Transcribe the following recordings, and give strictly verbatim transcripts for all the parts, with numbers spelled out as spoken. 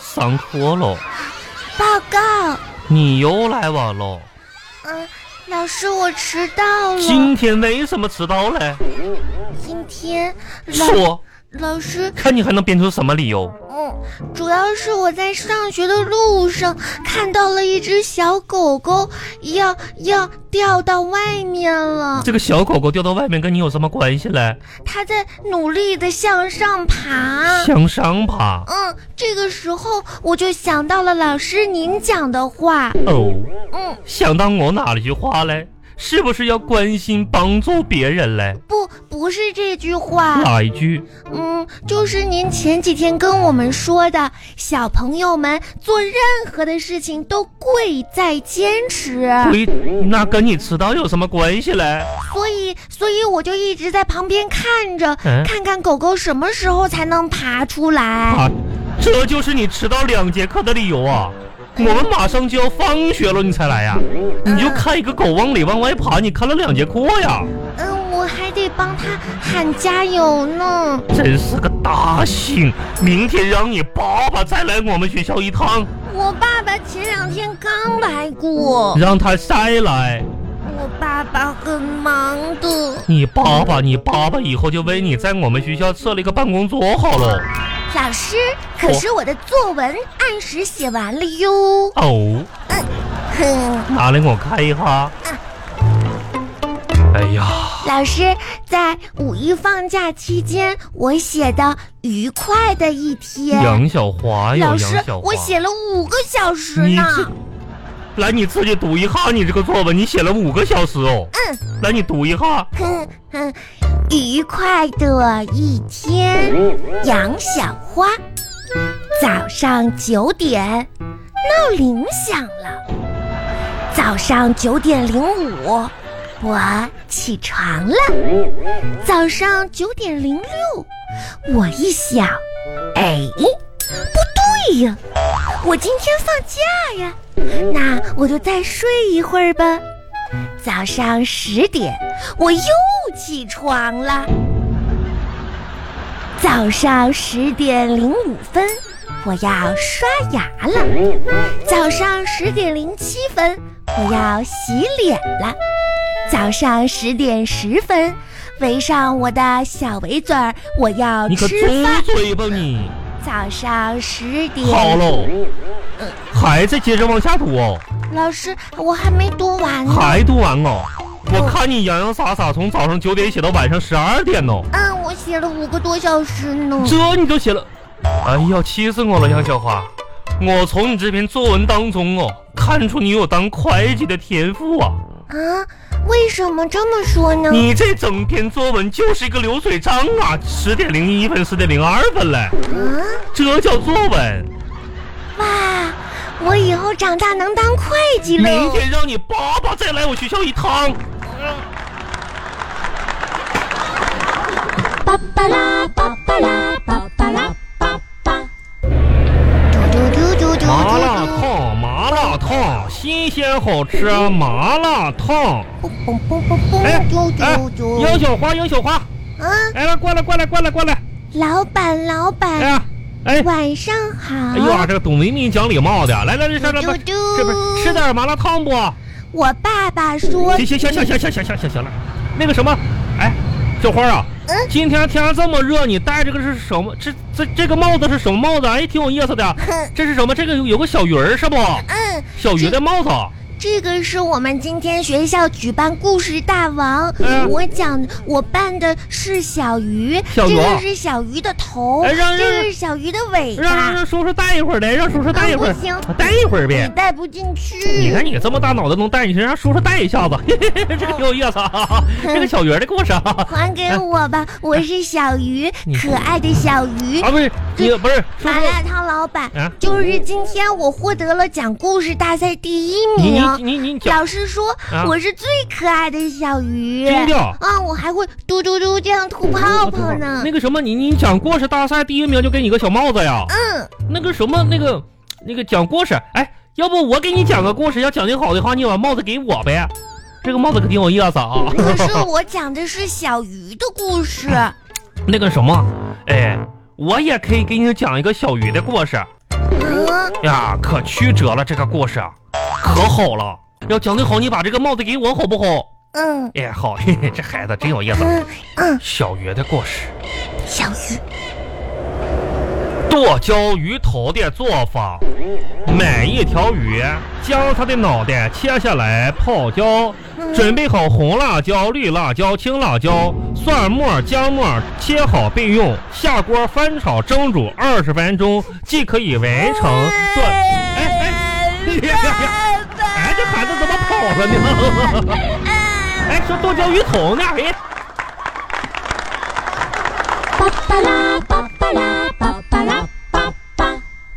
上课了。 报告。 你又来晚了。 嗯，老师，我迟到了。 今天为什么迟到嘞？ 今天说。 老师， 看你还能编出什么理由？ 嗯，主要是我在上学的路上看到了一只小狗狗，要要掉到外面了。 这个小狗狗掉到外面跟你有什么关系嘞？ 它在努力的向上爬。 向上爬？ 嗯，这个时候我就想到了老师您讲的话。 哦， 嗯， 想到我哪一句话嘞？是不是要关心帮助别人嘞？ 不，不是这句话。 哪一句？ 嗯，就是您前几天跟我们说的，小朋友们做任何的事情都贵在坚持。 贵，那跟你迟到有什么关系嘞？ 所以，所以我就一直在旁边看着， 嗯、 看看狗狗什么时候才能爬出来。 啊，这就是你迟到两节课的理由啊！我们马上就要放学了，你才来呀？你就看一个狗往里往外爬，你看了两节课呀？ 嗯，我还得帮它喊加油呢。 真是个大幸！明天让你爸爸再来我们学校一趟。 我爸爸前两天刚来过。 让他再来。 我爸爸很忙的。 你爸爸，你爸爸以后就为你在我们学校设了一个办公桌好了。 老师，可是我的作文按时写完了哟。 哦， 嗯，哼， 拿来我看一下。嗯、哎呀， 老师，在五一放假期间，我写的愉快的一天。 杨小华呀， 老师， 杨小华， 我写了五个小时呢。 来，你自己读一下你这个作文，你写了五个小时哦。 嗯， 来，你读一下。 哼哼，愉快的一天，杨小花。早上九点，闹铃响了。早上九点零五，我起床了。早上九点零六，我一想，哎，不对呀，我今天放假呀。那我就再睡一会儿吧。早上十点，我又起床了。早上十点零五分，我要刷牙了。早上十点零七分，我要洗脸了。早上十点十分，围上我的小围嘴儿，我要吃饭。 你可住嘴吧你！ 早上十点。 好喽。还在接着往下读哦。 老师，我还没读完呢。 还读完哦？我看你洋洋洒洒从早上九点写到晚上十二点哦。 嗯，我写了五个多小时呢。 这你都写了？哎呀，气死我了，杨小华！我从你这篇作文当中哦，看出你有当会计的天赋啊。 啊？为什么这么说呢？ 你这整篇作文就是一个流水账啊！十点零一分，十点零二分嘞。 啊？ 这叫作文？ 哇！我以后长大能当会计了。 明天让你爸爸再来我学校一趟。 巴巴拉巴巴拉巴巴拉巴巴。嘟嘟嘟嘟嘟。 麻辣烫，麻辣烫，新鲜好吃，麻辣烫。哎哎，杨小花，杨小花， 啊！ 哎，来过来过来过来过来。 老板，老板。 哎。哎， 晚上好！ 哎呦啊，这个董维民讲礼貌的，来来来，上来吧，这不是吃点麻辣烫不？ 我爸爸说。 行行行行行行行行行行了，那个什么，哎，小花啊， 嗯， 今天天这么热，你戴这个是什么？这这这个帽子是什么帽子？哎，挺有意思的。这是什么？这个有个小鱼儿是不？ 嗯， 小鱼的帽子。 这个是我们今天学校举办故事大王， 嗯、 我讲我扮的是小鱼， 小鱼这个是小鱼的头， 哎、让这个是小鱼的尾巴。 让让叔叔带一会儿来，让叔叔带一会儿。 啊、不行， 带一会儿呗。 你带不进去。 你看你这么大脑袋能带进去，让叔叔带一下子，嘿嘿嘿，这个挺有意思啊。这个小鱼的故事、啊， 还给我吧，我是小鱼，可爱的小鱼。 啊，不是，你不是麻辣烫老板、 啊， 就是今天我获得了讲故事大赛第一名。 你你你。 老师说、啊、我是最可爱的小鱼， 真的啊！我还会嘟嘟嘟这样吐泡泡呢。 那个什么，你你讲故事大赛第一名就给你个小帽子呀？ 嗯。 那个什么，那个那个讲故事，哎，要不我给你讲个故事，要讲得好的话，你把帽子给我呗。这个帽子可挺有意思啊。 可是我讲的是小鱼的故事。 那个什么，哎，我也可以给你讲一个小鱼的故事。 嗯嗯呀，可曲折了，这个故事啊，可好了。要讲得好，你把这个帽子给我好不好？ 嗯哎，好，嘿嘿，这孩子真有意思。 嗯嗯， 小鱼的故事， 小鱼， 剁椒鱼头的做法：买一条鱼，将它的脑袋切下来泡椒，准备好红辣椒、绿辣椒、青辣椒、蒜末、姜末，切好备用。下锅翻炒蒸煮二十分钟，即可以完成剁。哎哎呀呀呀！哎，这孩子怎么跑了呢？哎，说剁椒鱼头呢？哎， 巴巴拉巴巴拉巴巴拉巴巴。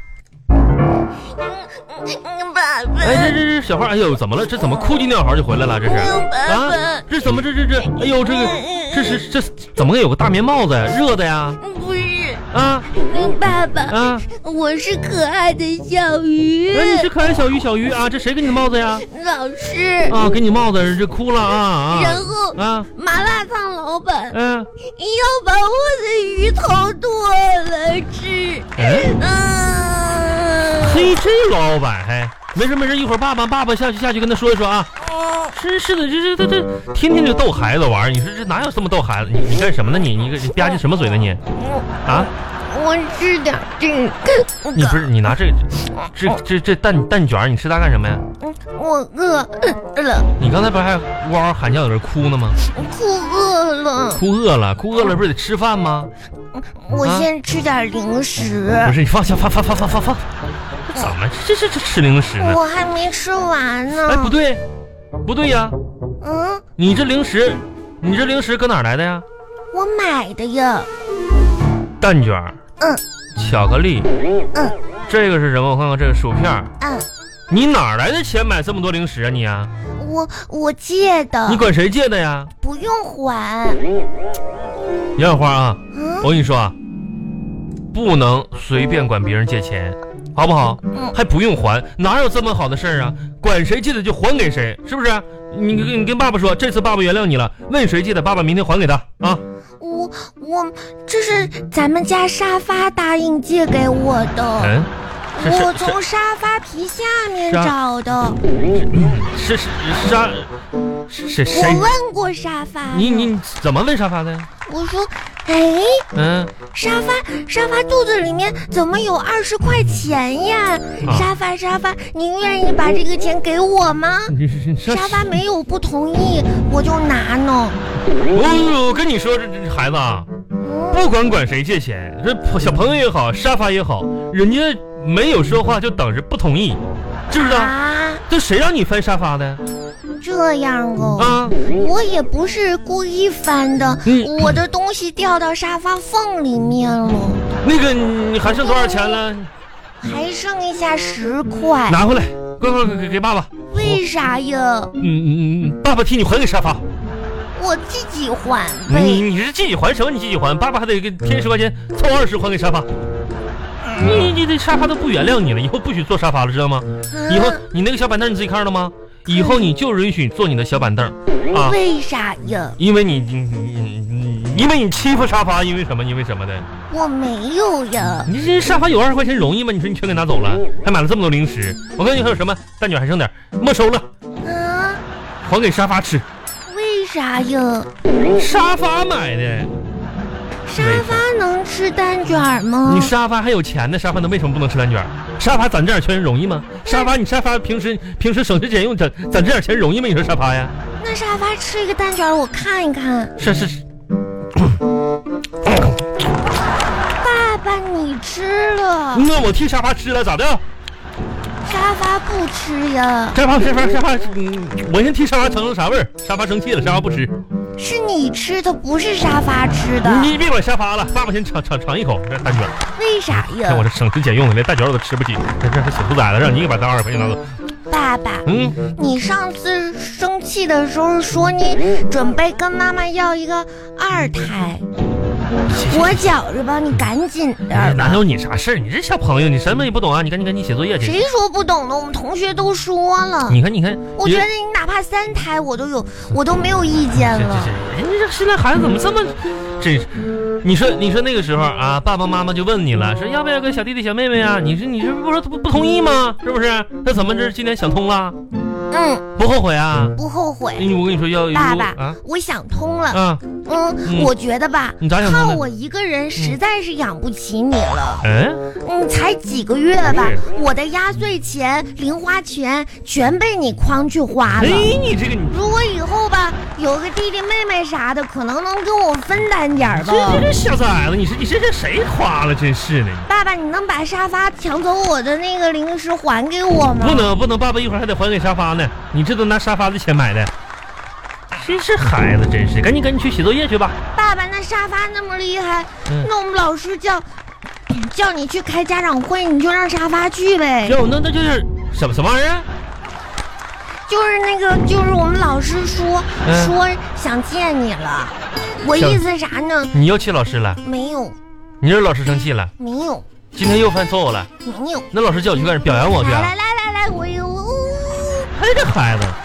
爸爸， 哎，这这这小花，哎呦，怎么了？这怎么哭唧尿嚎就回来了？这是啊？这怎么这这这？哎呦，这个这是这怎么有个大棉帽子呀？热的呀？ 不是啊爸爸啊！ 我是可爱的小鱼。 哎，你是可爱小鱼小鱼啊？这谁给你的帽子呀？ 老师啊，给你帽子，这哭了啊啊！ 然后啊， 麻辣烫老板嗯， 要把我的鱼头剁了吃。 哎， 嗯， 嘿，这老板还没事没事，一会儿爸爸爸爸下去下去跟他说一说啊。真是的，这这这这天天就逗孩子玩，你说这哪有这么逗孩子？你你干什么呢？你你你吧唧什么嘴呢你？啊？ 我吃点这个。 你不是你拿这这这这蛋蛋卷，你吃它干什么呀？ 我饿了。 你刚才不是还哇哇喊叫，有人哭呢吗？ 哭饿了。 哭饿了，哭饿了不是得吃饭吗？ 我先吃点零食。 不是，你放下，放放放放放放。怎么这这这吃零食呢？ 我还没吃完呢。 哎，不对，不对呀。 嗯， 你这零食，你这零食搁哪儿来的呀？ 我买的呀。 蛋卷。 嗯。 巧克力。 嗯。 这个是什么？我看看，这个薯片。 嗯。 你哪来的钱买这么多零食啊你啊？ 我我借的。 你管谁借的呀？ 不用还。 杨小花啊， 嗯， 我跟你说啊，不能随便管别人借钱，好不好？ 嗯， 还不用还，哪有这么好的事儿啊？管谁借的就还给谁，是不是？你你你跟爸爸说，这次爸爸原谅你了，问谁借的，爸爸明天还给他啊。 我我这是咱们家沙发答应借给我的。 嗯。 我从沙发皮下面找的。 是是沙是谁？ 我问过沙发。 你你怎么问沙发的？ 我说，哎， 嗯， 沙发沙发肚子里面怎么有二十块钱呀？ 啊、 沙发沙发，您愿意把这个钱给我吗？沙发没有不同意，我就拿呢。 我我跟你说，这这孩子啊，不管管谁借钱，这小朋友也好，沙发也好，人家没有说话就等着不同意，知不知道？ 啊， 这谁让你翻沙发的？ 这样哦， 啊， 我也不是故意翻的，嗯、我的东西掉到沙发缝里面了。 那个，你还剩多少钱了？ 还剩一下十块。 拿回来，快快给给爸爸。 为啥呀？ 嗯嗯嗯，爸爸替你还给沙发。 我自己还呗。 你你是自己还什么？你自己还，爸爸还得给添十块钱，凑二十还给沙发。你你这沙发都不原谅你了，以后不许坐沙发了，知道吗？以后你那个小板凳你自己看着了吗？以后你就允许坐你的小板凳啊？ 为啥呀？ 因为你你你你因为你欺负沙发，因为什么？因为什么的？ 我没有呀。 你这沙发有二十块钱容易吗？你说你全给拿走了，还买了这么多零食。我告诉你还有什么蛋卷还剩点，没收了， 啊， 还给沙发吃。 为啥呀？ 沙发买的。 沙发能吃蛋卷吗？ 你沙发还有钱呢，沙发能为什么不能吃蛋卷？沙发攒这点钱容易吗？沙发你沙发平时平时省吃俭用攒攒这点钱容易吗？你说沙发呀？ 那沙发吃一个蛋卷我看一看。 是是是。 爸爸你吃了。 那我替沙发吃了咋的？ 沙发不吃呀。 沙发沙发沙发，嗯，我先替沙发尝尝啥味儿。沙发生气了，沙发不吃。 是你吃的，不是沙发吃的。 你别管沙发了，爸爸先尝尝尝一口这蛋卷。 为啥呀？ 看我这省吃俭用的，连蛋卷我都吃不起，这这小兔崽子，让你给把这二十块钱拿走。 爸爸， 嗯， 你上次生气的时候说你准备跟妈妈要一个二胎，我觉着吧，你赶紧的。 哪有你啥事儿？你这小朋友，你什么也不懂啊！你赶紧赶紧写作业去。 谁说不懂的？我们同学都说了。 你看，你看， 我觉得你哪怕怕三胎我都有，我都没有意见了。 这这这，人家这现在孩子怎么这么真是？你说你说那个时候啊，爸爸妈妈就问你了，说要不要跟小弟弟小妹妹啊？你说你这不说不不同意吗？是不是？那怎么这今天想通了？ 嗯， 不后悔啊？ 不后悔。 我跟你说要爸爸啊， 我想通了。 啊， 嗯， 嗯我觉得吧， 你咋想通的靠我一个人实在是养不起你了。 嗯， 嗯，才几个月吧，我的压岁钱、零花钱全被你诓去花了。 哎，你这个你， 如果以后吧，有个弟弟妹妹啥的，可能能跟我分担点儿吧。 这这小崽子，你说你这这谁花了？真是的。 爸爸，你能把沙发抢走我的那个零食还给我吗？ 不能不能，爸爸一会儿还得还给沙发呢。你这都拿沙发的钱买的。真是孩子，真是，赶紧赶紧去写作业去吧。 爸爸，那沙发那么厉害， 嗯、 那我们老师叫叫你去开家长会，你就让沙发去呗。 哟，那那就是什么什么玩意儿？ 就是那个，就是我们老师说、嗯、说想见你了。我意思啥呢？ 你又气老师了？ 没有。 你惹老师生气了？ 没有。 今天又犯错误了？ 没有。 那老师叫我去干什么？表扬我去、啊？ 来来来来来，我有。 哎，这孩子。